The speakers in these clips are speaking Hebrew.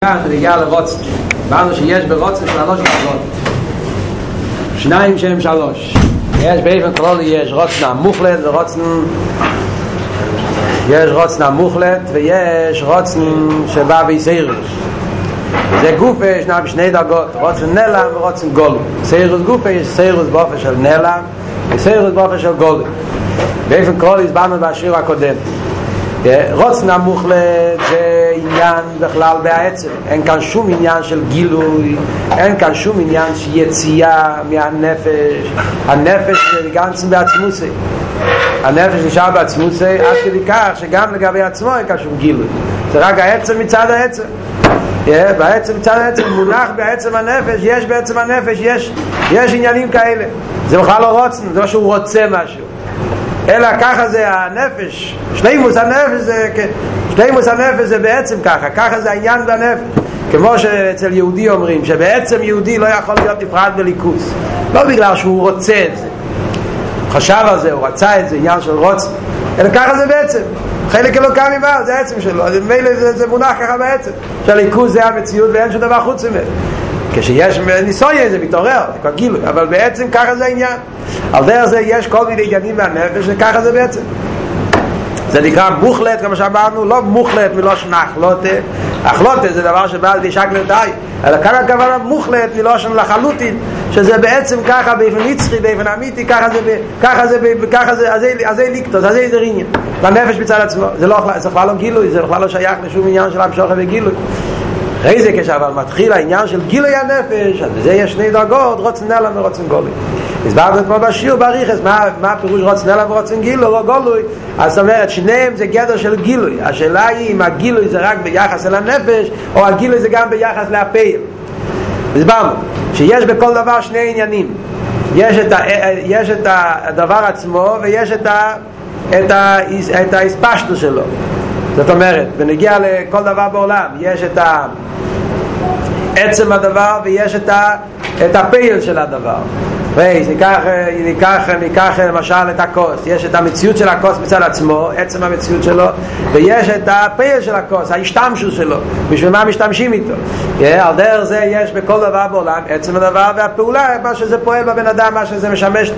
נגיע לרוצן. אמרנו שיש ברוצן שלוש דרגות, שניים שהם שלוש. יש באופן כללי יש רוצן המוחלט יש רוצן המוחלט ויש רוצן שבא ביסיירוס. זה גופה ישנם שני דרגות, רוצן נלם ורוצן גולו. סיירוס גופה יש סיירוס באופן של נלם וסיירוס באופן של גולו. באופן כללי הסברנו בשיר הקודם, רוצן המוחלט זה עניין בכלל בעצם, אין כאן שום עניין של גילוי, אין כאן שום עניין של יציאה מהנפש. הנפש זה גנצן בעצמוסי, הנפש נשאר בעצמוסי עד כדי כך שגם לגבי עצמו אין כאן שום גילוי, זה רק העצם מצד העצם. בעצם מצד העצם מונח בעצם הנפש, יש בעצם הנפש, יש עניינים כאלה. זה בכלל לא רוצן, זה לא שהוא רוצה משהו, אלא ככה זה הנפש. שלימוס הנפש זה בעצם ככה זה העניין בנפש. כמו שאצל יהודי אומרים שבעצם יהודי לא יכול להיות נפרד בליכוס, לא בגלל שהוא רוצה את זה, חשב על זה, הוא רצה את זה, עניין של רוצן, אלא ככה זה בעצם חלק אלוקא ממעל, זה העצם שלו. אז מילא זה מונח ככה בעצם שהליכוס זה המציאות ואין שום דבר חוץ ממנו. כשיש ניסוי זה מתעורר, אבל בעצם ככה זה העניין. על דרך זה יש כל מיני עניינים מהנפש וככה זה בעצם. זה נקרא מוחלט, כמו שאמרנו, לא מוחלט מלושן החלוטה. החלוטה זה דבר שבא בישק לדי, אלא כאן הכוונה מוחלט מלושן לחלוטין, שזה בעצם ככה באופן נצחי, באופן אמיתי, ככה זה, אז זה ליקטוס, אז זה עניין לנפש מצד עצמו. זה בכלל לא גילוי, זה בכלל לא שייך לשום עניין של המשוך וגילוי. אחרי זה כשאבל מתחיל העניין של גילוי הנפש, אז בזה יש שני דרגות, רוצן נלם ורוצן גולוי. הסברנו כמו בשיעור בריחס מה פירוש רוצן נלם ורוצן גולוי. אז זאת אומרת שניהם זה גדר של גילוי. השאלה היא אם הגילוי זה רק ביחס אל הנפש או הגילוי זה גם ביחס להפעיל. הסברנו שיש בכל דבר שני עניינים, יש את הדבר עצמו ויש את ההספשטות שלו. זאת אומרת, בנגיע לכל דבר בעולם יש את עצם הדבר ויש את הפעיל של הדבר. ניקח למשל את הכוס, יש את המציאות של הכוס מצד עצמו, עצם המציאות שלו, ויש את הפעיל של הכוס, ההשתמשות שלו, בשביל מה משתמשים איתו. על דרך זה יש בכל דבר בעולם עצם הדבר והפעולה, מה שזה פועל בבן אדם, מה שזה משמש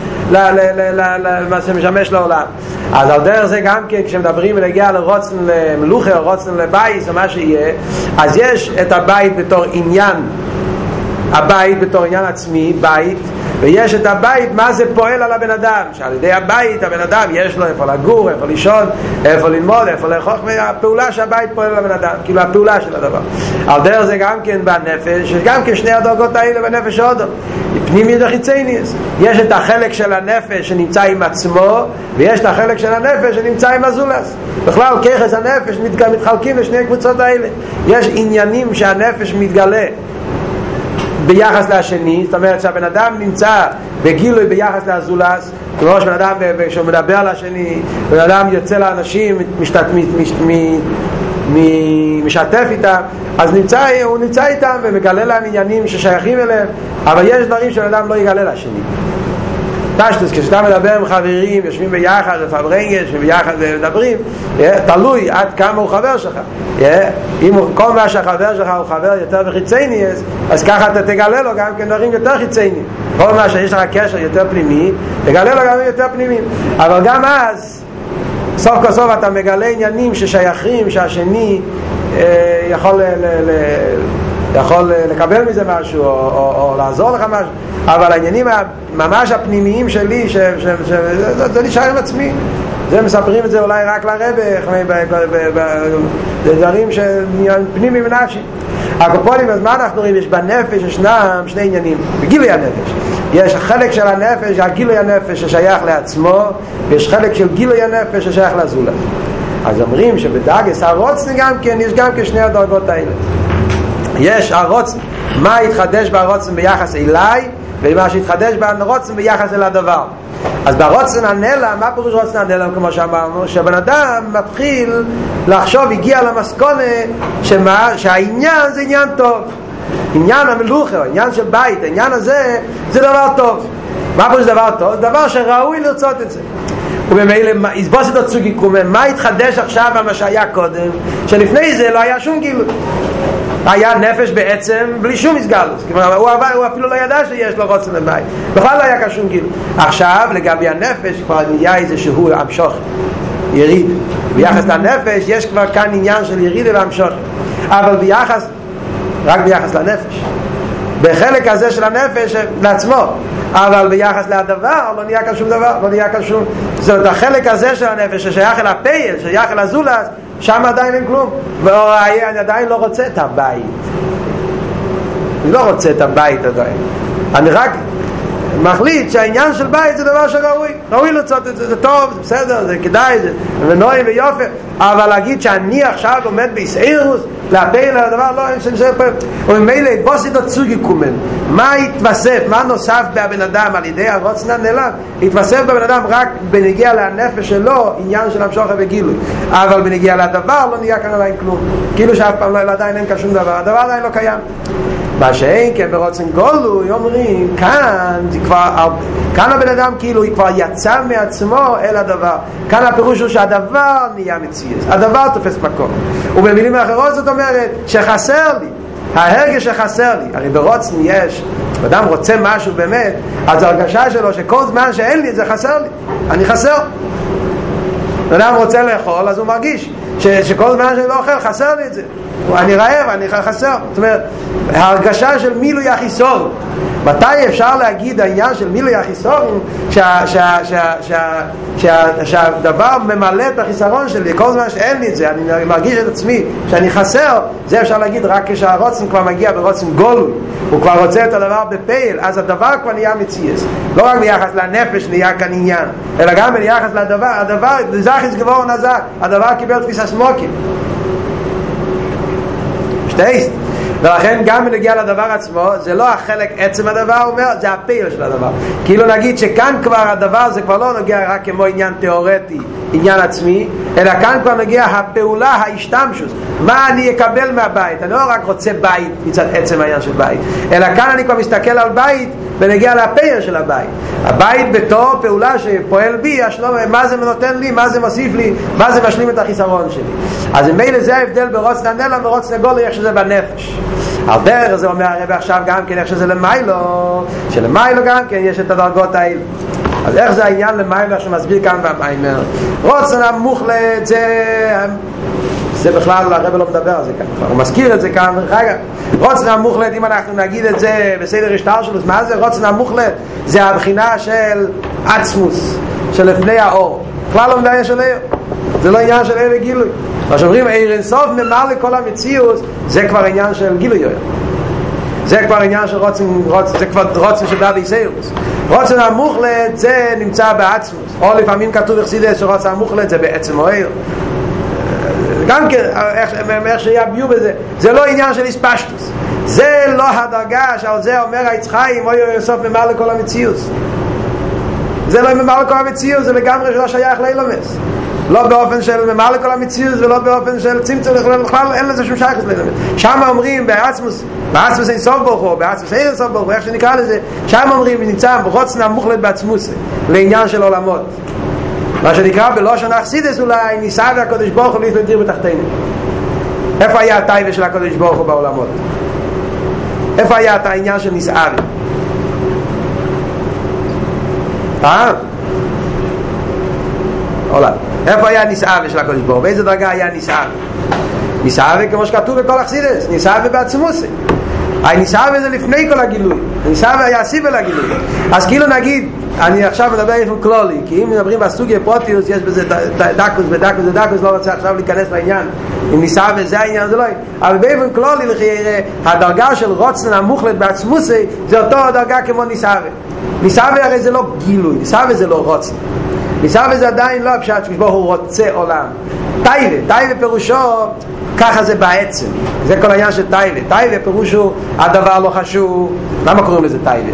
לעולם. אז על דרך זה גם כשמדברים ולהגיע לרוצן למלוכה או רוצן לבית או מה שיהיה, אז יש את הבית בתור עניין, הבית בתור עניין עצמי, בית, ויש את הבית מה זה פועל על הבן אדם, שעל ידי הבית הבן אדם יש לו איפה לגור, איפה לישון, איפה ללמוד, איפה לאכול, והפעולה שהבית פועל על הבן אדם, כאילו הפעולה של הדבר. על דרך זה גם כן בנפש, גם כן שני הדרגות האלה בנפש אודו, פנימי וחיצייניס. יש את החלק של הנפש שנמצא עם עצמו, ויש את החלק של הנפש שנמצא עם הזולס. בכלל כיחס הנפש מתחלקים לשני קבוצות האלה. יש עניינים שהנפש מתגלה ביחס לשני, זאת אומרת שהבן אדם נמצא בגילוי ביחס להזולס, כמו שבן אדם כשהוא מדבר לשני, בן אדם יוצא לאנשים, משתף איתם, אז הוא נמצא איתם ומגלה להם עניינים ששייכים אליהם, אבל יש דברים שבן אדם לא יגלה לשני. פשטוס, כשאתה מדבר עם חברים, יושבים ביחד, לפברנגל, יושבים ביחד ומדברים, תלוי עד כמה הוא חבר שלך. אם כל מה שהחבר שלך הוא חבר יותר וחיצייני, אז ככה אתה תגלה לו גם כן דברים יותר חיציינים. כל מה שיש לך קשר יותר פנימי, תגלה לו גם יותר פנימיים. אבל גם אז, סוף כל סוף אתה מגלה עניינים ששייכים, שהשני יכול לקבל מזה משהו או לעזור לך משהו, אבל העניינים ממש הפנימיים שלי זה נשאר עם עצמי. זה מספרים את זה אולי רק לרבא, זה דברים פנימי ונפשי. הקופונים, אז מה אנחנו רואים? יש בנפש ישנם שני עניינים בגילוי הנפש. יש חלק של הנפש, הגילוי הנפש ששייך לעצמו, ויש חלק של גילוי הנפש ששייך לזולת. אז אומרים שבדרגס הרוצן גם כן יש גם כשני הדרגות האלה. יש הרוצן, מה יתחדש ברוצן ביחס אליי, ומה שיתחדש ברוצן ביחס אל הדבר. אז ברוצן הנלם, מה פירוש רוצן הנלם? כמו שאמרנו, שהבן אדם מתחיל לחשוב, הגיע למסקונה שהעניין זה עניין טוב, עניין המלוכה, עניין של בית, העניין הזה זה דבר טוב. מה פירוש דבר טוב? דבר שראוי לרצות את זה. ובמילא יסבוס את הצוגי קומה, מה התחדש עכשיו במה שהיה קודם, שלפני זה לא היה שום גילוי. היה נפש בעצם בלי שום מסגלות, הוא אפילו לא ידע שיש לו רוצן לבית, בכלל לא היה כשום גילוי. עכשיו לגבי הנפש כבר נהיה איזשהו המשוך יריד, ביחס לנפש יש כבר כאן עניין של יריד והמשוך, אבל ביחס, רק ביחס לנפש, בחלק הזה של הנפש לעצמו, אבל ביחס לדבר לא נהיה כאן שום דבר, לא נהיה כאן שום, זאת אומרת החלק הזה של הנפש ששייך אל הפייל, ששייך אל הזולת, שם עדיין אין כלום, ואני עדיין לא רוצה את הבית, אני לא רוצה את הבית עדיין, אני רק מחליט שהעניין של בית זה דבר שראוי, ראוי לצאת את זה, זה טוב, זה בסדר, זה כדאי, זה ונועי ויופי, אבל להגיד שאני עכשיו עומד בישעירוס להפיל על הדבר, לא, אין שזה פה, וממילא התבוסית הצוגי קומן, מה התווסף, מה נוסף בבן אדם על ידי הרוצן הנעלם, התווסף בבן אדם רק בנגיע לנפש שלו, עניין של המשוכר וגילוי, אבל בנגיע לדבר לא נהיה כאן עדיין כלום, כאילו שאף פעם עדיין אין כאן שום דבר, הדבר עדיין לא קיים. מה שאין כן ברוצן גולוי אומרים כאן זה כבר, כאן הבן אדם כאילו כבר יצא מעצמו אל הדבר, כאן הפירוש הוא שהדבר נהיה מציאות, הדבר תופס מקום, ובמילים האחרות זאת אומרת שחסר לי, ההרגש שחסר לי, הרי ברוצן יש, אדם רוצה משהו באמת, אז ההרגשה שלו שכל זמן שאין לי זה חסר לי, אני חסר, אדם רוצה לאכול אז הוא מרגיש שכל זמן שאני לא אוכל חסר לי את זה, אני רעב, אני חסר, זאת אומרת ההרגשה של מילוי החיסור, מתי אפשר להגיד העניין של מילוי החיסור שהדבר ממלא את החיסרון שלי, כל זמן שאין לי את זה אני מרגיש את עצמי שאני חסר, זה אפשר להגיד רק כשהרוצן כבר מגיע ברוצן גולוי, הוא כבר רוצה את הדבר בפייל, אז הדבר כבר נהיה מציאס, לא רק ביחס לנפש נהיה כאן עניין, אלא גם ביחס לדבר, הדבר זכיס גבור נזק, הדבר קיבל תפיסה סמוקים שתייסט, ולכן גם בנגיע לדבר עצמו זה לא החלק עצם הדבר, הוא אומר זה הפייל של הדבר, כאילו נגיד שכאן כבר הדבר זה כבר לא נגיע רק כמו עניין תיאורטי, עניין עצמי, אלא כאן כבר נגיע הפעולה, ההשתמשות, מה אני אקבל מהבית, אני לא רק רוצה בית מצד עצם העניין של בית, אלא כאן אני כבר מסתכל על בית ונגיע לפייל של הבית, הבית בתור פעולה שפועל בי, השלום, מה זה נותן לי, מה זה מוסיף לי, מה זה משלים את החיסרון שלי, אז מילא זה ההבדל ברוצן הנעלם ורוצן גולוי איך שזה בנפש. על דרך זה אומר הרב עכשיו גם כן איך שזה למיילו, שלמיילו גם כן יש את הדרגות האלה, אז איך זה העניין למיילו שמסביר כאן במיימר רוצן המוחלט, זה בכלל הרב לא מדבר על זה כאן, הוא מזכיר את זה כאן, רוצן המוחלט אם אנחנו נגיד את זה בסדר השטר שלו, מה זה רוצן המוחלט? זה הבחינה של עצמוס, של לפני האור, בכלל לא מדבר של איר, זה לא עניין של איר וגילוי, מה שאומרים איר אינסוף ממלא לכל המציאות, זה כבר עניין של גילוי, זה כבר עניין של רוצן, זה כבר רוצן של דאבי סיירוס, רוצן המוחלט זה נמצא בעצמוס, או לפעמים כתוב בחסידות שרוצן המוחלט זה בעצם איר, גם כן איך שיביאו בזה, זה לא עניין של הספשטוס, זה לא הדרגה שעל זה אומר היצחיים או יוסף ממלא לכל המציאות, זה לא ממלא לכל המציאות, זה לגמרי שלא שייך לאילומס, לא באופן של ממלא לכל המציאות ולא באופן של צמצום, בכלל אין לזה שום שייך לאילומס. שם אומרים בעצמוס אין סוף ברוך הוא, בעצמוס אין סוף ברוך הוא, איך שנקרא לזה, שם אומרים נמצא ברוצן המוחלט בעצמוס לעניין של עולמות, מה שנקרא בלושן החסידות אולי ניסה והקדוש ברוך הוא להתנדיר בתחתינו. איפה היה הטייבה של הקדוש ברוך הוא בעולמות? איפה היה את העניין של ניסה? עולם. איפה היה ניסה של הקדוש ברוך הוא? באיזה דרגה היה ניסה? ניסה כמו שכתוב בכל החסידות, ניסה בעצמוס. הניסה זה לפני כל הגילוי, הניסה היה הסיבה לגילוי. אז כאילו נגיד אני עכשיו מדבר איפה כלולי, כי אם מדברים בסוגיה פרוטיוס יש בזה דקוס ודקוס ודקוס, לא רוצה עכשיו להיכנס לעניין אם ניסה וזה העניין, זה לא, אבל באיפה כלולי הדרגה של רוצן המוחלט בעצמוסי זה אותו הדרגה כמו ניסה. ניסה הרי זה לא גילוי, ניסה זה לא רוצן, ניסה זה עדיין לא פשט שבו הוא רוצה עולם. טייבה פירושו ככה זה בעצם, זה כל העניין של טייבה פירושו הדבר לא חשוב. למה קוראים לזה טייבה?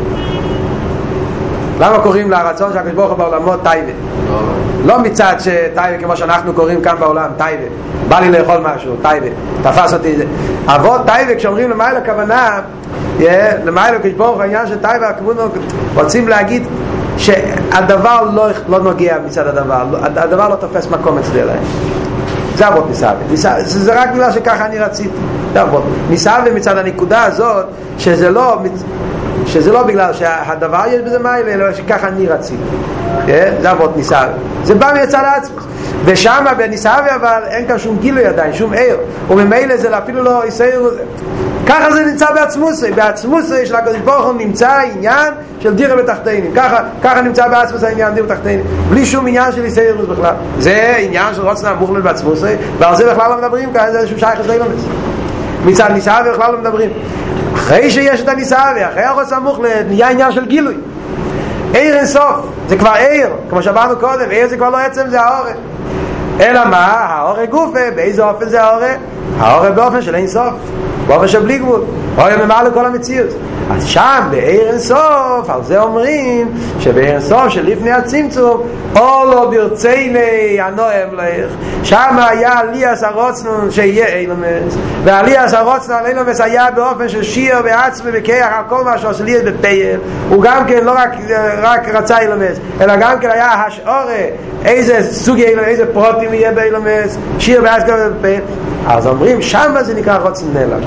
למה קוראים לרצון שהקדוש ברוך הוא בעולמות טייבה? לא מצד שטייבה כמו שאנחנו קוראים כאן בעולם, טייבה בא לי לאכול משהו, טייבה תפס אותי זה אבות טייבה, כשאומרים למעלה הכוונה למעלה הקדוש ברוך הוא, העניין של טייבה רוצים להגיד שהדבר לא נוגע מצד הדבר, הדבר לא תופס מקום אצלי להם, זה אבות ניסהווה. זה רק בגלל שככה אני רציתי. זה אבות ניסהווה מצד הנקודה הזאת שזה לא בגלל שהדבר יש בזה מיילה, אלא שככה אני רציתי. זה אבות ניסהווה. זה בא מצד עצמוס. ושם בניסהווה אבל אין כאן שום גילוי עדיין, שום עיר. וממילא זה אפילו לא יסייר. ככה זה נמצא בעצמוסי. בעצמוסי של הקדוש ברוך הוא נמצא עניין של דירה בתחתינים. ככה נמצא בעצמוסי העניין דירה בתחתינים. בלי שום עניין של יסיירוס בכלל. זה עניין של רוצנה מוכלל בעצמוסי, ועל זה בכלל לא מדברים, ככה זה איזשהו שייך לסילומס. מצד ניסהווה בכלל לא מדברים. אחרי שיש את הניסהווה, אחרי הרוצנה מוכלל, נהיה עניין של גילוי. עיר אין סוף, זה כבר עיר, כמו שאמרנו קודם, עיר זה כבר לא עצם, זה האורא. אלא מה? האורא גופה, באיזה אופן זה האורא? האורא באופן של אין סוף, באופן של בלי גבול, אורא ממעל לכל המציאות. אז שם בעיר אין סוף, על זה אומרים שבעיר אין סוף של לפני הצמצום אולו ברציני הנועם לך, שם היה עליאס הרוצנון שיהיה אילומס, ועליאס הרוצנון על אילומס היה באופן של שיר ועצמי וכיח על כל מה שעושה ליאס בפייל. הוא גם כן לא רק רצה אילומס, אלא גם כן היה השעורה איזה סוג אילומס, איזה פרוטים יהיה באילומס, שיר ועצמי בפייל. אז אומרים שם זה נקרא רוצנון נעלם.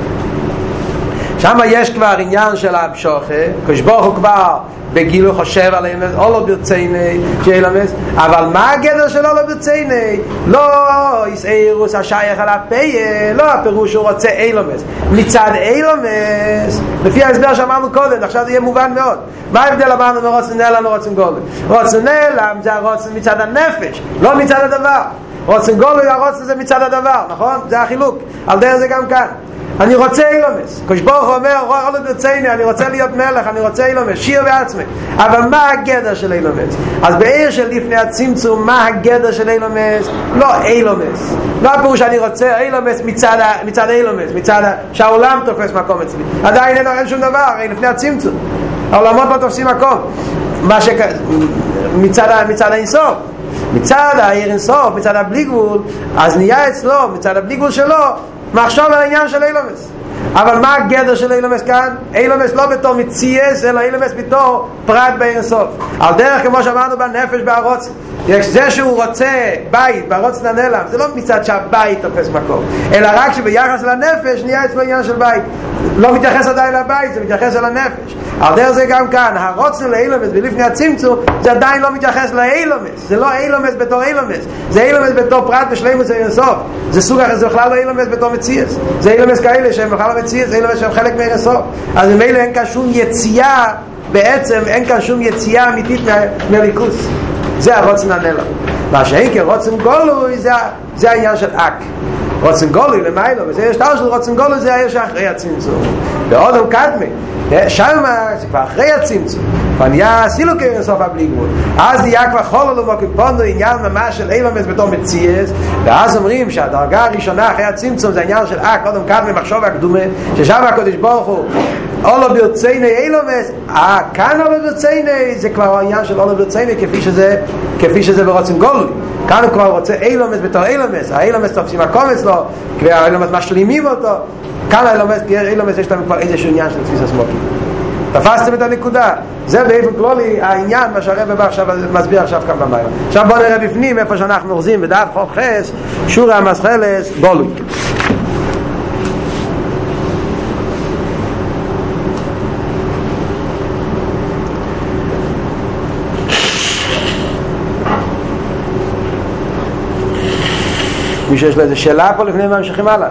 שם יש כבר עניין של המשוחה, כשברוך הוא כבר בגילו חושב על אילמס, או לא ברציני שאילמס, אבל מה הגדר של לא ברציני? לא יסעירוס השייך על הפיה, לא הפירוש הוא רוצה אילמס. מצד אילמס, לפי ההסבר שאמרנו קודם, עכשיו זה יהיה מובן מאוד. מה ההבדל אמרנו מרוצן נעלם לרוצן גולם? רוצן נעלם זה הרוצן מצד הנפש, לא מצד הדבר. רוצן גולם הרוצן זה מצד הדבר, נכון? זה החילוק. על דרך זה גם כאן. אני רוצה אילומס. כשברוך הוא אומר, אולו ברציני, אני רוצה להיות מלך, אני רוצה אילומס, שיר בעצמי. אבל מה הגדר של אילומס? אז בעיר של לפני הצמצום, מה הגדר של אילומס? לא אילומס. לא הפירוש שאני רוצה אילומס מצד אילומס, מצד שהעולם תופס מקום אצלי. עדיין אין שום דבר, לפני הצמצום. העולמות לא תופסים מקום. מצד האינסוף. מצד העיר אינסוף, מצד הבלי גבול, אז נהיה אצלו, מצד הבלי גבול שלו, מחשוב על העניין של אילומס. אבל מה הגדר של אילומס כאן? אילומס לא בתור מציאס, אלא אילומס בתור פרט באינסוף. על דרך כמו שאמרנו בנפש בהרוץ, זה שהוא רוצה בית בהרוץ נעלם, זה לא מצד שהבית תופס מקום, אלא רק שביחס לנפש נהיה אצלו עניין של בית. לא מתייחס עדיין לבית, זה מתייחס אל הנפש. על דרך זה גם כאן, הרוץ לאילומס ולפני הצמצום, זה עדיין לא מתייחס לאילומס. זה לא אילומס בתור אילומס, זה אילומס בתור פרט בשלימוס האינסוף. זה סוג אחר, זה בכלל לא אילומס בתור מציאס. זה אילומס כאלה שהם בכלל לא מציאס, זה אילומס שהם חלק מהאינסוף. אז ממילא אין כאן שום יציאה, בעצם אין כאן שום יציאה אמיתית מליכוס. זה הרוצן הנעלם. מה שאין כרוצן גולוי, זה העניין של אק. רוצן גולוי למיילו, וזה יש תאר של רוצן גולוי, זה היה שאחרי הצמצום. בעודם קדמי, שם זה כבר אחרי הצמצום, כבר נהיה סילוקי לסוף הבלי גבול. אז נהיה כבר חולו ומוקפונדו עניין ממש של אילומס בתור מציאס, ואז אומרים שהדרגה הראשונה אחרי הצמצום זה העניין של קודם קדמי מחשוב הקדומה, ששם הקדוש ברוך הוא אולו ברציני אילומס, כאן אולו ברציני זה כבר העניין של אולו ברציני כפי שזה ברוצן גולוי. כאן הוא כבר רוצה אילומס בתור אילומס, האילומס תופסים מקום אצלו, והאילומס משלימים אותו. כאן האילומס יש להם כבר איזשהו עניין של תפיס הסמוקים. תפסתם את הנקודה. זה באופן כללי העניין מה שהרב בא עכשיו מסביר עכשיו כאן במים. עכשיו בוא נראה בפנים איפה שאנחנו אוחזים בדף חופש שורי המסחלס גולוי. מישהו יש לו איזה שאלה פה לפני מה ממשיכים הלאה?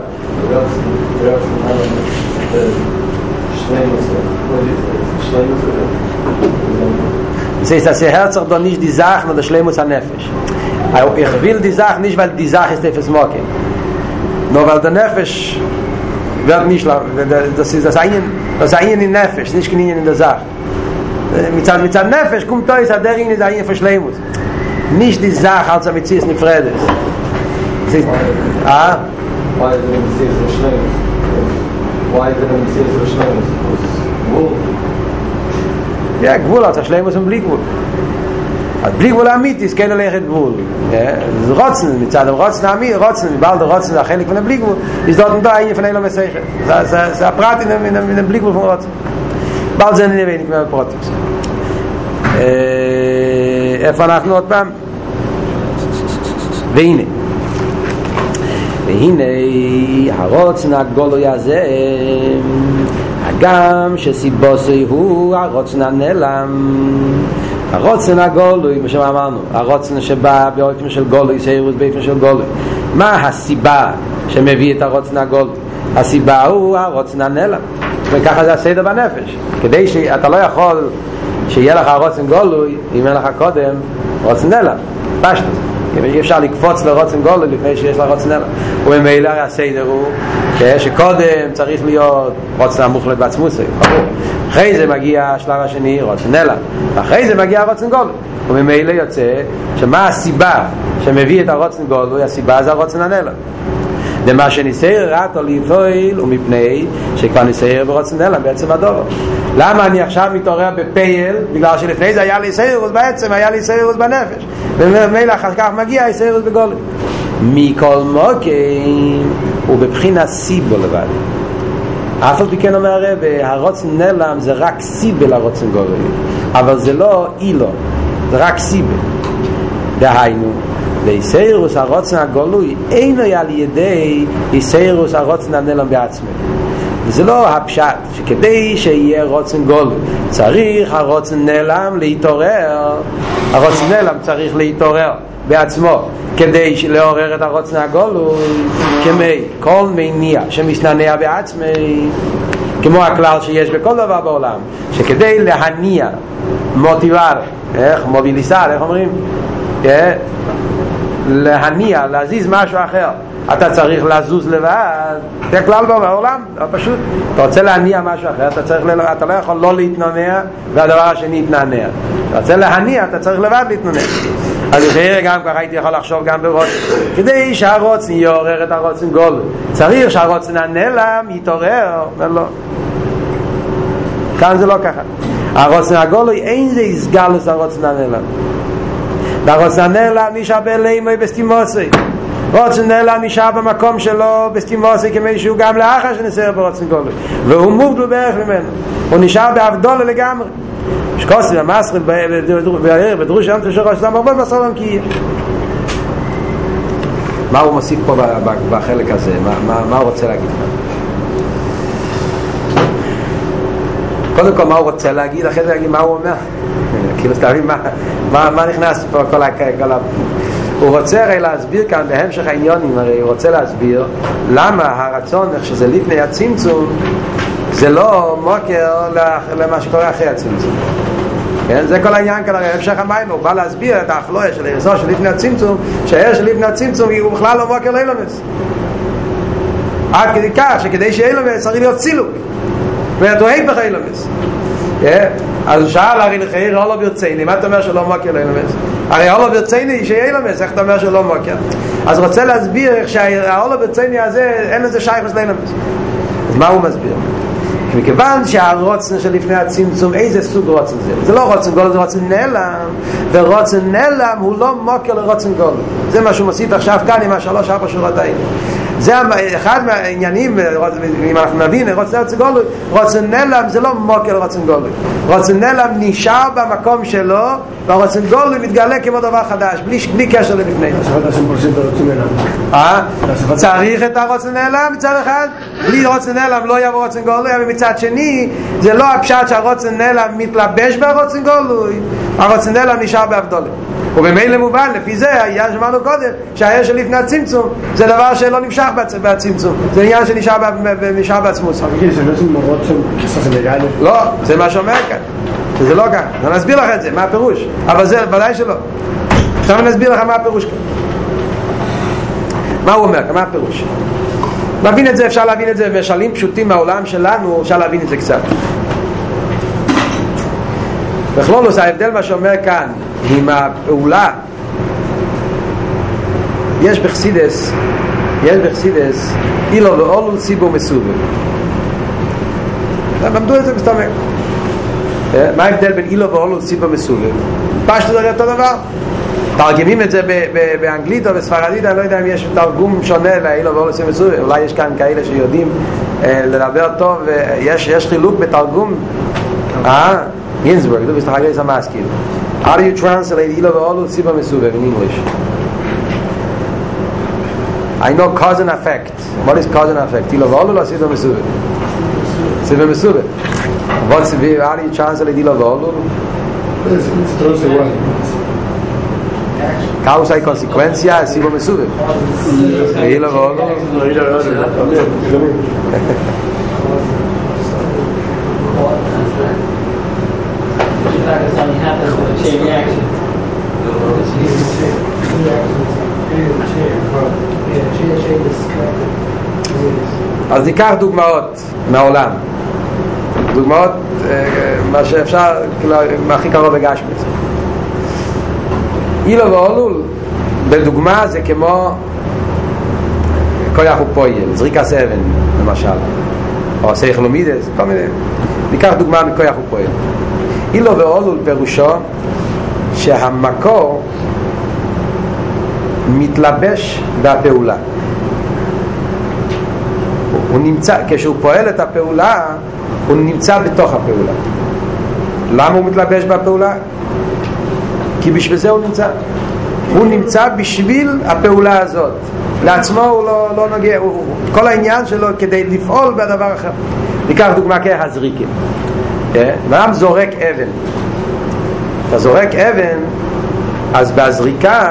זה ist Herzer doch nicht die Sache nur der Schleimus Nefesh. Ich will die Sache nicht, weil die Sache ist etwas Mocken. Nur weil der Nefesh wird nicht, das ist das Einen in Nefesh, nicht Knien in der Sache. Mit der Nefesh kommt da ist der Ring in der Einen für Schleimus. Nicht die Sache als mit sie ist nicht Fredes. Why is it so Schleimus? Gvul. Ja, Gvul hat Schleimus und bli Gvul. בלי גבול האמיתי, כן הולכת גבול. זה רוצן, מצד הרוצן האמיתי, רוצן, בעל הרוצן זה החלק מן הבלי גבול, יזדות נדע אין יפני לא מסייכת. זה הפרט מן הבלי גבול כמו רוצן. בעל זה נראה נקמא בפרוטיקס. איפה אנחנו עוד פעם? והנה. והנה הרוצן הגולוי הזה הגם שסיבוסי הוא הרוצן הנעלם. הרוצן הגולוי, מה שאמרנו, הרוצן שבא באופן של גולוי, סיירוס באופן של גולוי. מה הסיבה שמביא את הרוצן הגולוי? הסיבה הוא הרוצן הנעלם, וככה זה הסדר בנפש. כדי שאתה לא יכול שיהיה לך הרוצן גולוי אם אין לך קודם רוצן נעלם, פשט. אי אפשר לקפוץ לרוצן גולוי לפני שיש לך רוצן נעלם. וממילא הסדר הוא שקודם צריך להיות רוצן המוחלט בעצמוסי, אחרי זה מגיע השלב השני רוצן נעלם, אחרי זה מגיע הרוצן גולוי. וממילא יוצא שמה הסיבה שמביא את הרוצן גולוי? הסיבה זה הרוצן הנעלם. למה שניסייר רטו ליפויל ומפני שכבר ניסייר ברוצן נעלם בעצם הדובר. למה אני עכשיו מתעורר בפייל? בגלל שלפני זה היה לי סיירוס בעצם, היה לי סיירוס בנפש, וממילא אחר כך מגיע סיירוס בגולוי. מכל מוקים ובבחינה סיבו לבד. אף על פי כן אומר הרב, הרוצן נעלם זה רק סיבה לרוצן גולוי, אבל זה לא אילו, זה רק סיבה. דהיינו ואיסיירוס הרוצן הגולוי אינו על ידי איסיירוס הרוצן הנעלם בעצמו. וזה לא הפשט שכדי שיהיה רוצן גולוי צריך הרוצן נעלם להתעורר. הרוצן נעלם צריך להתעורר בעצמו כדי לעורר את הרוצן הגולוי, כמי כל מניע שמסננע בעצמי, כמו הכלל שיש בכל דבר בעולם, שכדי להניע מוטיבר, איך מוביליסר, איך אומרים? להניע, להזיז משהו אחר, אתה צריך לזוז לבד. זה כלל בעולם, פשוט. אתה רוצה להניע משהו אחר, אתה לא יכול לא להתנונע והדבר השני יתנענע. אתה רוצה להניע, אתה צריך לבד להתנונע. אז אחרי גם ככה הייתי יכול לחשוב גם ברוצן, כדי שהרוצן יעורר את הרוצן גולוי צריך שהרוצן הנעלם יתעורר. ולא, כאן זה לא ככה. הרוצן הגולוי אין זה הסגלוס הרוצן הנעלם. והרוצן הנעלם נשאר בלימוי בסתימוסי. רוצן נעלם נשאר במקום שלו בסתימוסי כמי שהוא גם לאחר שנסער ברוצן גולוי, והוא מובדל בערך ממנו, הוא נשאר בהבדולה לגמרי. שקוסי המסחר בדרוש ים תשור השלם הרבה בסולם כי מה הוא מוסיף פה בחלק הזה? מה הוא רוצה להגיד? קודם כל מה הוא רוצה להגיד, אחרי זה להגיד מה הוא אומר. כאילו תבין מה נכנס פה כל הוא רוצה הרי להסביר כאן בהמשך העניונים, הרי הוא רוצה להסביר למה הרצון איך שזה לפני הצמצום זה לא מוקר למה שקורה אחרי הצמצום. כן? זה כל העניין כאן, הרי המשך המים הוא בא להסביר את האפלואה של היסוד של לפני הצמצום, שהער של לפני הצמצום הוא בכלל לא מוקר לאילומס, עד כדי כך שכדי שאילומס צריך להיות צילוק ואתה היפך אילומס. אז הוא שאל הרי לחייר הולו ברצייני, מה אתה אומר שלא מוקר לאילומס? הרי הולו ברצייני שיהיה אילומס, איך אתה אומר שלא מוקר? אז רוצה להסביר איך שההולו ברצייני הזה אין לזה שייכוס לאילומס. אז מה הוא מסביר? מכיוון שהרוצן של לפני הצמצום, איזה סוג רוצן זה? זה לא רוצן גולוי, זה רוצן נעלם, ורוצן נעלם הוא לא מוקר לרוצן גולוי. זה מה שהוא מוסיף עכשיו כאן עם 3-4 שורות האלה. זה אחד מהעניינים, אם אנחנו נבין, רוצן גולוי, רוצן נעלם זה לא מוקר לרוצן גולוי. רוצן נעלם נשאר במקום שלו, והרוצן גולוי מתגלה כמו דבר חדש, בלי קשר לפני. צריך את הרוצן נעלם מצד אחד, בלי רוצן נעלם לא יבוא רוצן גולוי, אבל מצד שני זה לא הפשט שהרוצן נעלם מתלבש ברוצן גולוי, הרוצן נעלם נשאר בהבדולה. ובמילא מובן, לפי זה היה שמענו קודם שהער של לפני הצמצום זה דבר שלא נמשך בצמצום, זה עניין שנשאר בעצמוס. לא, זה מה שאומר כאן, זה לא כאן. אני אסביר לך את זה, מה הפירוש, אבל זה ודאי שלא. עכשיו אני אסביר לך מה הפירוש כאן, מה הוא אומר כאן, מה הפירוש. להבין את זה, אפשר להבין את זה בשלים פשוטים מהעולם שלנו, אפשר להבין את זה קצת. בכלולוס ההבדל מה שאומר כאן עם הפעולה, יש בחסידס אילו ואולול סיבו מסובב. למדו את זה מסתמק. מה ההבדל בין אילו ואולול סיבו מסובב? פשטו זה אותו דבר. תרגמים את זה באנגלית או בספרדית, אני לא יודע אם יש תרגום שונה לאילו ואולול סיבו מסובב. אולי יש כאן כאלה שיודעים לדבר טוב, יש חילוק בתרגום. Ginsburg, du bist doch ein Maskil. How do you translate Ilo ve'olu Siba Mesuvev in English? I know cause and effect. What is cause and effect? Dilo v'olul or siva mesuvah? Siva mesuvah. How do you translate dilo v'olul? Causa y consecuencia, siva mesuvah. Dilo v'olul. אז ניקח דוגמאות מהעולם, דוגמאות מה שאפשר, מה הכי קרוב לגשמית. אילו ואולול בדוגמה זה כמו כוח ופועל, זריקת אבן למשל, או סייכלומידס, כל מיני. ניקח דוגמה מכוח ופועל. אילו ואולול פירושו שהמקור מתלבש בפעולה. הוא נמצא, כשהוא פועל את הפעולה, הוא נמצא בתוך הפעולה. למה הוא מתלבש בפעולה? כי בשביל זה הוא נמצא. הוא נמצא בשביל הפעולה הזאת. לעצמו הוא לא נוגע, כל העניין שלו כדי לפעול בדבר אחר. ניקח דוגמה כהזריקים. ואדם זורק אבן. אתה זורק אבן, אז בהזריקה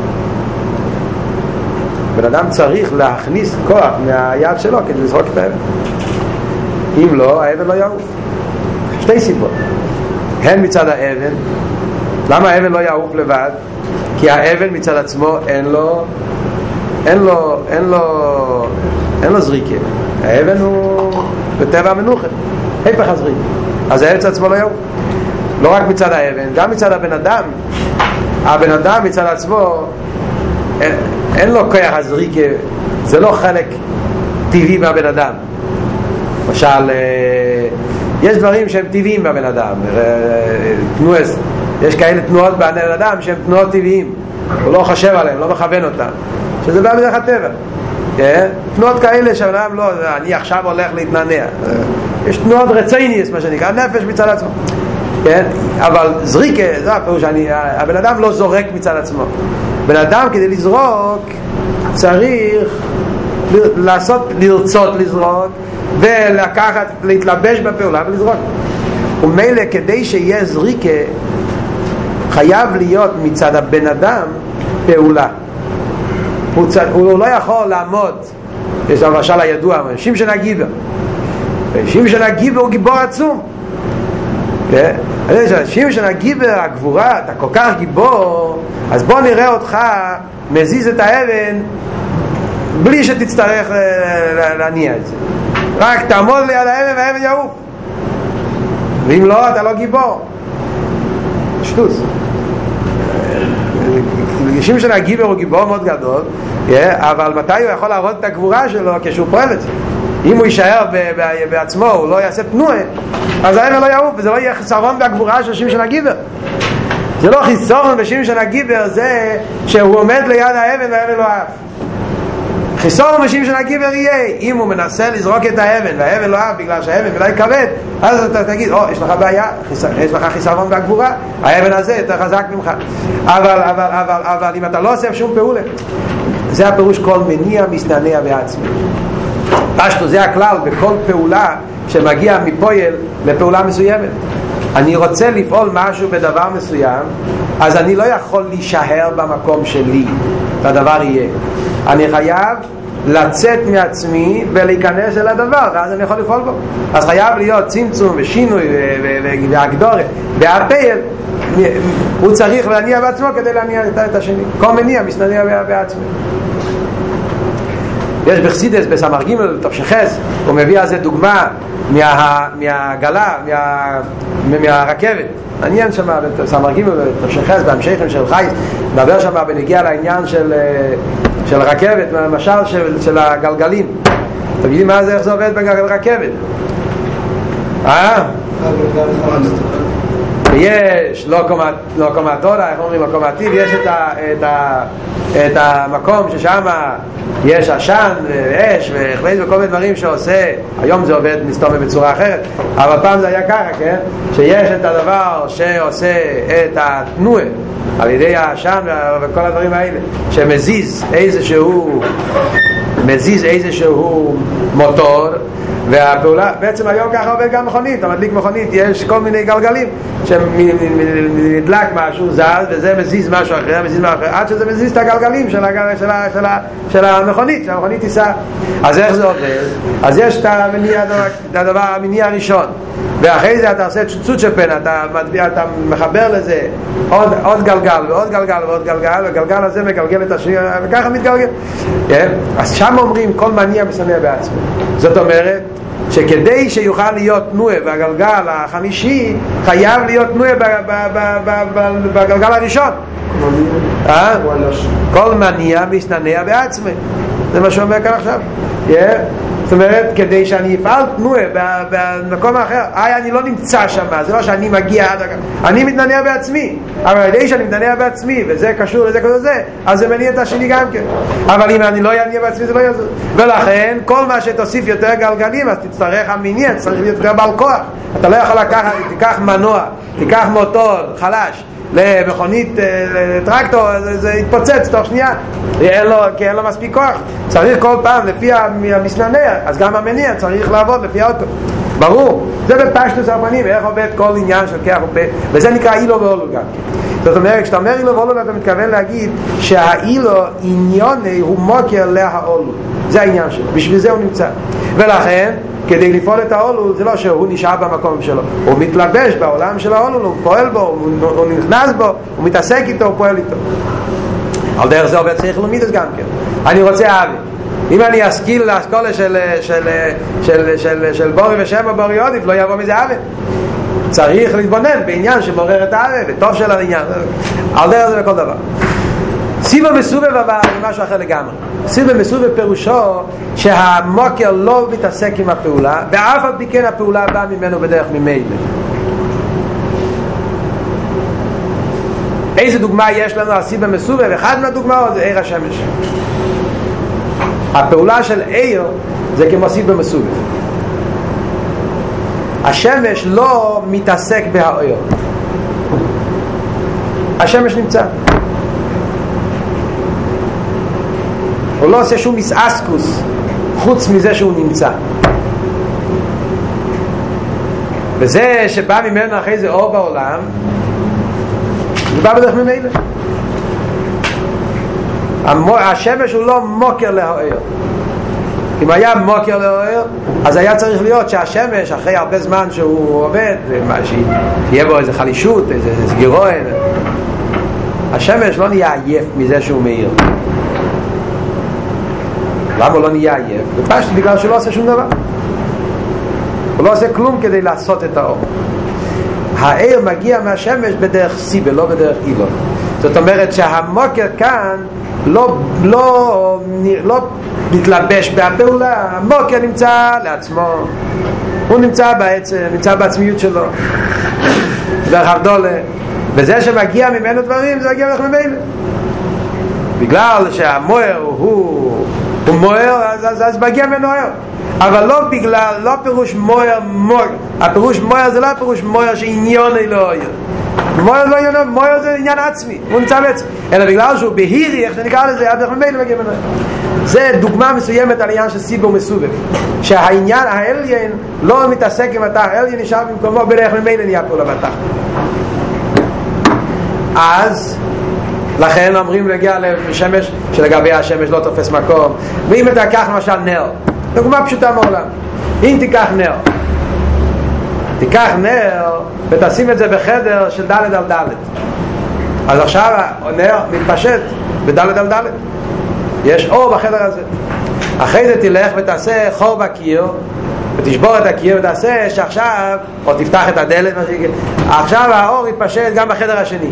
בן אדם צריך להכניס כוח מהיד שלו כדי לזרוק את האבן. אם לא, האבן לא יעוף. שתי סיבות. הן מצד האבן. למה האבן לא יעוף לבד? כי האבן מצד עצמו אין לו זריקה. האבן הוא בטבע המנוחה, היפך הזריק. אז האבן מצד עצמו לא יעוף. לא רק מצד האבן, גם מצד הבן אדם. הבן אדם מצד עצמו אין לו כוח הזריקה, זה לא חלק טבעי מהבן אדם. למשל, יש דברים שהם טבעיים בבן אדם, יש כאלה תנועות בבן אדם שהן תנועות טבעיים, הוא לא חושב עליהן, לא מכוון אותן, שזה בא בדרך הטבע. תנועות כאלה שהבן אדם לא, אני עכשיו הולך להתנענע, יש תנועות רצייניות, מה שנקרא, הנפש מצד עצמו. אבל זריקה, זה הפירוש, הבן אדם לא זורק מצד עצמו. בן אדם כדי לזרוק צריך לרצות לזרוק ולקחת, להתלבש בפעולה ולזרוק. ומילא כדי שיהיה זריקה חייב להיות מצד הבן אדם פעולה. הוא לא יכול לעמוד, יש למשל הידוע, שמשון הגיבר. שמשון הגיבר הוא גיבור עצום. שמשון הגיבר, הגבורה, אתה כל כך גיבור, אז בוא נראה אותך מזיז את האבן בלי שתצטרך להניע את זה. רק תעמוד ליד האבן והאבן יעוף. ואם לא, אתה לא גיבור. שטוס. שמשון הגיבר הוא גיבור מאוד גדול, אבל מתי הוא יכול להראות את הגבורה שלו? כשהוא פועל את זה. אם הוא יישאר בעצמו, הוא לא יעשה תנועה, אז האבן לא יעוף, וזה לא יהיה חיסרון בהגבורה של שמשון הגיבר. זה לא חיסרון בשמשון הגיבר, זה שהוא עומד ליד האבן והאבן לא עף. חיסרון בשמשון הגיבר יהיה אם הוא מנסה לזרוק את האבן והאבן לא עף בגלל שהאבן אולי כבד, אז אתה תגיד, יש לך בעיה, יש לך חיסרון בהגבורה, האבן הזה יותר חזק ממך. אבל אם אתה לא עושה שום פעולה, זה הפירוש כל מניע מסתנע בעצמי. פשטו, זה הכלל בכל פעולה שמגיע מפועל לפעולה מסוימת. אני רוצה לפעול משהו בדבר מסוים, אז אני לא יכול להישאר במקום שלי, הדבר יהיה. אני חייב לצאת מעצמי ולהיכנס אל הדבר, ואז אני יכול לפעול בו. אז חייב להיות צמצום ושינוי והגדורת והפעל. הוא צריך להניע בעצמו כדי להניע את השני. כל מניע מסתניע בעצמי. יש בחסידס בסמ"ר ג' תשחס, הוא מביא על זה דוגמה מהגלה, מהרכבת. מעניין שם בסמ"ר ג' תשחס בהמשכים של חייס, מדבר שם בנגיע לעניין של רכבת, למשל של הגלגלים. אתם יודעים מה זה, איך זה עובד ברכבת? ויש לוקומטורה, איך אומרים לוקומטיב, יש את המקום ששם יש עשן ואש וכל מיני דברים שעושה, היום זה עובד מסתובב בצורה אחרת, אבל פעם זה היה ככה, כן? שיש את הדבר שעושה את התנועה על ידי העשן וכל הדברים האלה, שמזיז איזשהו מוטור, והפעולה, בעצם היום ככה עובד גם מכונית, אתה מדליק מכונית, יש כל מיני גלגלים שנדלק משהו, זז, וזה מזיז משהו אחר, עד שזה מזיז את הגלגלים של המכונית, שהמכונית תיסע. אז איך זה עובד? אז יש את הדבר המניע הראשון, ואחרי זה אתה עושה צ'וצ'ות שפן, אתה מחבר לזה עוד גלגל ועוד גלגל ועוד גלגל, והגלגל הזה מגלגל את השני, וככה מתגלגל. אז שם אומרים כל מניע משנע בעצמו. זאת אומרת שכדי שיוכל להיות תנועה בגלגל החמישי, חייב להיות תנועה בגלגל הראשון. כל מניע משתנע בעצמו, זה מה שאומר כאן עכשיו. זאת אומרת, כדי שאני אפעל תנועה במקום אחר, אני לא נמצא שם, זה לא שאני מגיע עד אני מתנענע בעצמי, אבל כדי שאני מתנענע בעצמי, וזה קשור לזה כזה, אז זה מניע את השני גם כן. אבל אם אני לא אניע בעצמי, זה לא יעזור. ולכן, כל מה שתוסיף יותר גלגלים, אז תצטרך המניע, צריך להיות יותר בעל כוח. אתה לא יכול לקחת, תיקח מנוע, תיקח מוטור חלש למכונית, לטרקטור, זה יתפוצץ תוך שנייה, כי אין לו מספיק כוח. צריך כל פעם לפי המסנע, אז גם המניע צריך לעבוד לפי האוטו. ברור, זה בפשטוס הפנים, איך עובד כל עניין של כוח ופה, וזה נקרא אילו ואולו גם. זאת אומרת, כשאתה אומר אילו ואולו, אתה מתכוון להגיד שהאילו עניוני הוא מוקר להאולו, זה העניין שלו, בשביל זה הוא נמצא. ולכן כדי לפעול את האולו, זה לא שהוא נשאר במקום שלו, הוא מתלבש בעולם של האולו, הוא פועל בו, הוא נכנס בו, הוא מתעסק איתו, הוא פועל איתו. על דרך זה עובד צריך לומידס גם כן. אני רוצה אהבי, אם אני אשכיל לאסכולה של בורי ושם בורי עודיף, לא יבוא מזה אהבי. צריך להתבונן בעניין שמעורר את האהבי, וטוב של העניין, על דרך זה בכל דבר. סיבה מסובב אבל זה משהו אחר לגמרי. סיבה מסובב פירושו שהמוקר לא מתעסק עם הפעולה, ואף על פי כן הפעולה באה ממנו בדרך ממילא. איזה דוגמה יש לנו על סיבה מסובב? אחד מהדוגמאות זה עיר השמש. הפעולה של עיר זה כמו סיבה מסובב. השמש לא מתעסק בהעיר, השמש נמצא, הוא לא עושה שום מסעסקוס חוץ מזה שהוא נמצא, וזה שבא ממנו אחרי זה אור בעולם, זה בא בדרך ממילא. השמש הוא לא מוקר להאיר. אם היה מוקר להאיר, אז היה צריך להיות שהשמש אחרי הרבה זמן שהוא עובד, שיהיה בו איזה חלישות, איזה סגירון, השמש לא נהיה עייף מזה שהוא מאיר. למה הוא לא נהיה עייף? בפשט בגלל שהוא לא עושה שום דבר, הוא לא עושה כלום כדי לעשות את האור. העיר מגיע מהשמש בדרך סיבה, לא בדרך אילו. זאת אומרת שהמוקר כאן לא מתלבש בהפעולה, המוקר נמצא לעצמו, הוא נמצא בעצם, נמצא בעצמיות שלו, דרך הבדולה, וזה שמגיע ממנו דברים זה מגיע לך ממילא, בגלל שהמוער הוא מוער, אז מגיע ממנו מוער, אבל לא בגלל, לא פירוש מוער, הפירוש מוער זה לא הפירוש מוער שעניון לא יהיה, מוער לא עניין, מוער זה עניין עצמי, הוא נמצא בעצם, אלא בגלל שהוא בהירי, איך שנקרא לזה, עד איך ממילא מגיע ממנו. זה דוגמה מסוימת על העניין של סיבה ומסובב, שהעניין האליין לא מתעסק עם התח, האליין נשאר במקומו בדרך ממילא נהיה פה לבטח. אז לכן אומרים להגיע לשמש, שלגבי השמש לא תופס מקום. ואם אתה קח למשל נר, דוגמה פשוטה מעולם, אם תיקח נר ותשים את זה בחדר של ד' על ד', אז עכשיו הנר מתפשט בד' על ד', יש אור בחדר הזה. אחרי זה תלך ותעשה חור בקיר ותשבור את הקיר ותעשה שעכשיו, או תפתח את הדלת, עכשיו האור יתפשט גם בחדר השני.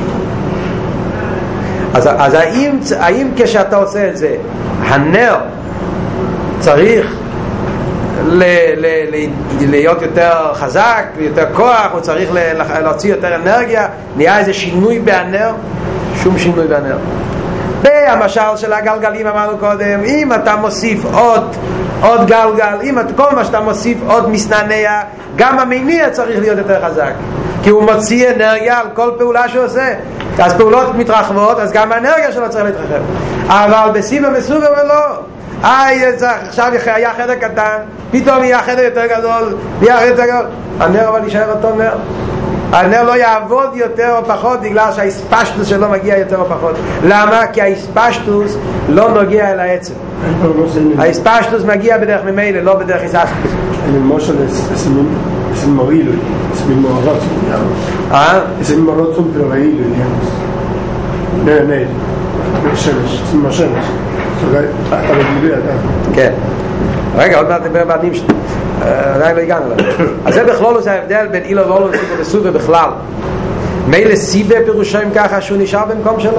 אז האם כשאתה עושה את זה, הנר צריך להיות יותר חזק, יותר כוח, הוא צריך להוציא יותר אנרגיה, נהיה איזה שינוי בענר, שום שינוי בענר. והמשל של הגלגלים אמרנו קודם, אם אתה מוסיף עוד גלגל, כל מה שאתה מוסיף עוד מסננע, גם המניע צריך להיות יותר חזק, כי הוא מוציא אנרגיה על כל פעולה שהוא עושה. אז פעולות מתרחבות, אז גם האנרגיה שלו צריך להתרחב. אבל בסיבה מסובה ולא, עכשיו היה חדר קטן, פתאום יהיה חדר יותר גדול, הנר אבל יישאר אותו נר. הנר לא יעבוד יותר או פחות בגלל שהאספשטוס שלו מגיע יותר או פחות. למה? כי האספשטוס לא נוגע אל העצם. האספשטוס מגיע בדרך ממילא, לא בדרך איספשטוס. למשל es el modelo, es el mismo arrozo, digamos. Es el mismo arrozo pero raído, digamos. No, es el mismo shemesh. hasta lo libera acá. כן. רגע, עוד מעט נדבר בעדים שלי. עדיין לא הגענו לה. אז זה בכלול זה ההבדל בין אילו ואולו וסיבה וסובה בכלל. מילא סיבה פירושם ככה שהוא נשאר במקום שלו.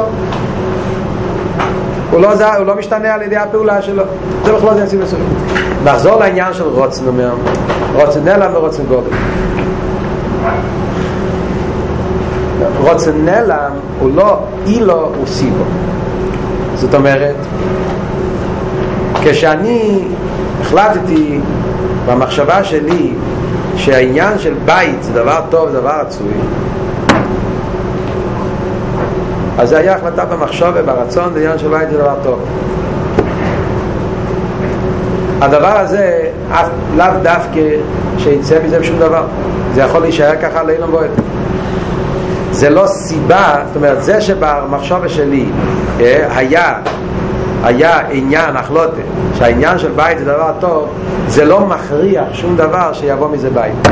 הוא לא משתנה על ידי הפעולה שלו. זה בכלול זה סיבה וסובה. נחזור לעניין של רוצן, אומר. רוצן נלם ורוצן גודל. רוצן נלם הוא לא אילו, הוא סיבה. זאת אומרת, כשאני החלטתי במחשבה שלי שהעניין של בית זה דבר טוב, זה דבר רצוי, אז זה היה החלטה במחשבה וברצון, העניין של בית זה דבר טוב. הדבר הזה לאו דווקא שיצא מזה בשום דבר, זה יכול להישאר ככה לעילום ועד. זה לא סיבה, זאת אומרת, זה שבמחשבה שלי היה עניין החלטה שהעניין של בית זה דבר טוב, זה לא מכריח שום דבר שיבוא מזה בית.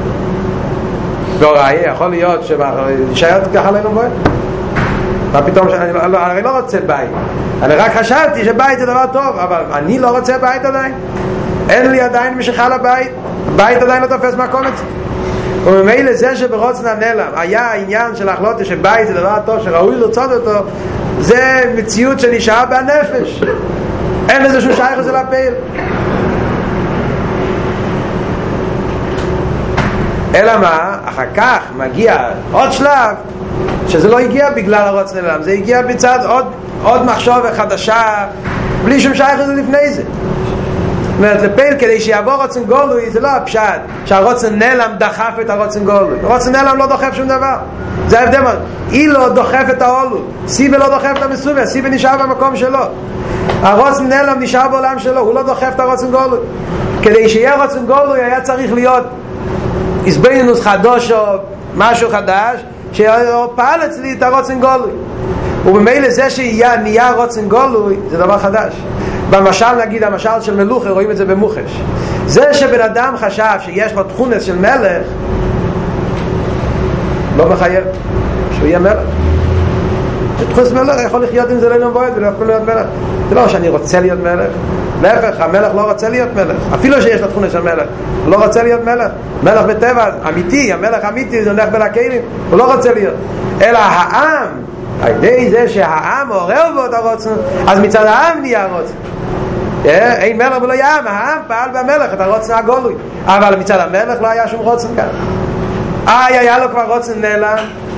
לא ראייה, יכול להיות שישאר ככה לעילום ועד. מה פתאום אני לא רוצה בית, אני רק חשבתי שבית זה דבר טוב, אבל אני לא רוצה בית עדיין, אין לי עדיין משיכה לבית, בית עדיין לא תופס מקום אצלי. וממילא זה שברוצן הנלם היה העניין של החלטה שבית זה דבר טוב שראוי לרצות אותו, זה מציאות שנשאר בנפש, אין לזה שום שייך לזה לפעיל. אלא מה? אחר כך מגיע עוד שלב שזה לא הגיע בגלל הרוצן הנלם, זה הגיע בצד עוד מחשבה חדשה בלי שום שייך לזה לפני זה. זאת אומרת, לפעיל כדי שיעבור רוצן גולוי זה לא הפשט שהרוצן נלם דחף את הרוצן גולוי. הרוצן נלם לא דוחף שום דבר, זה ההבדל. היא לא דוחף את העולו, סיבה לא דוחף את המסובה, סיבה נשאר במקום שלו, הרוצן נלם נשאר בעולם שלו, הוא לא דוחף את הרוצן גולוי. כדי שיהיה רוצן גולוי היה צריך להיות הסבינינוס חדוש או משהו חדש שפעל אצלי את הרוצן גולוי, ובמילא זה שנהיה רוצן גולוי זה דבר חדש. במשל נגיד, המשל של מלוכה, רואים את זה במוחש. זה שבן אדם חשב שיש לו תכונס של מלך, לא מחייב שהוא יהיה מלך. תכונס מלך יכול לחיות עם זה לעילום ועד ולא יכול להיות מלך. זה לא שאני רוצה להיות מלך, להפך, המלך לא רוצה להיות מלך, אפילו שיש לו תכונס של מלך, הוא לא רוצה להיות מלך. מלך בטבע אמיתי, המלך אמיתי זה הולך בין הכלים, הוא לא רוצה להיות. אלא העם, על ידי זה שהעם עורר בו את הרוצן, אז מצד העם נהיה הרוצן. אין מלך ולא ים, העם פעל במלך את הרוצן הגולוי, אבל מצד המלך לא היה שום רוצן כאן. היה לו כבר רוצן נלם,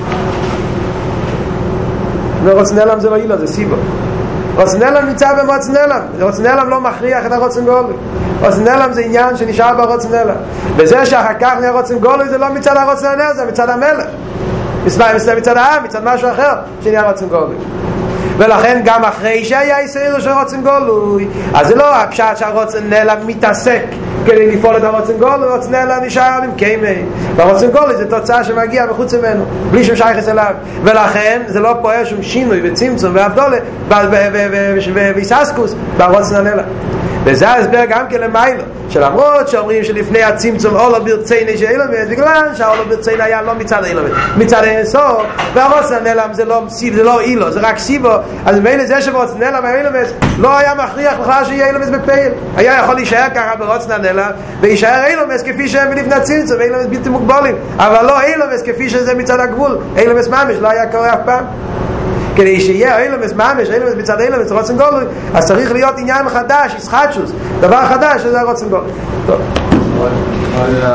ורוצן נלם זה לא אילו, זה סיבה. רוצן נלם נמצא במוצן נלם, רוצן נלם לא מכריח את הרוצן גולוי. רוצן נלם זה עניין שנשאר ברוצן נלם, וזה שאחר כך נהיה רוצן גולוי זה לא מצד הרוצן הנלם, זה מצד המלך, מצד העם, מצד משהו אחר שנהיה רוצן גולוי. ולכן גם אחרי שהיה יסעיר של רוצן גולוי, אז זה לא הפשט שהרוצן נלם מתעסק כדי לפעול את הרוצן גולוי, רוצן נלם נשאר עם קיימי, והרוצן גולוי זה תוצאה שמגיעה מחוץ ממנו בלי שום שייכס אליו, ולכן זה לא פועל שום שינוי וצמצום והבדולה ויססקוס ברוצן הנלם. וזה ההסבר גם כן למיילו, שלמרות שאומרים שלפני הצמצום אולו ברציני של אילומס, בגלל שהאולו ברציני היה לא מצד אילומס, מצד אינסוף, והרוצן נלם זה לא אילו, זה רק סיבו. אז מילא זה שברוצן נלם האילומס לא היה מכריח בכלל שיהיה אילומס בפעיל, היה יכול להישאר ככה ברוצן הנלם וישאר אילומס כפי שהם לפני הצמצום, אילומס בלתי מוגבלים, אבל לא אילומס כפי שזה מצד הגבול, אילומס ממש לא היה קורה אף פעם. כדי שיהיה אילומס ממש, אילומס מצד אילומס רוצן גולוי, אז צריך להיות עניין חדש, ישחטשוס, דבר חדש, שזה הרוצן גולוי. טוב.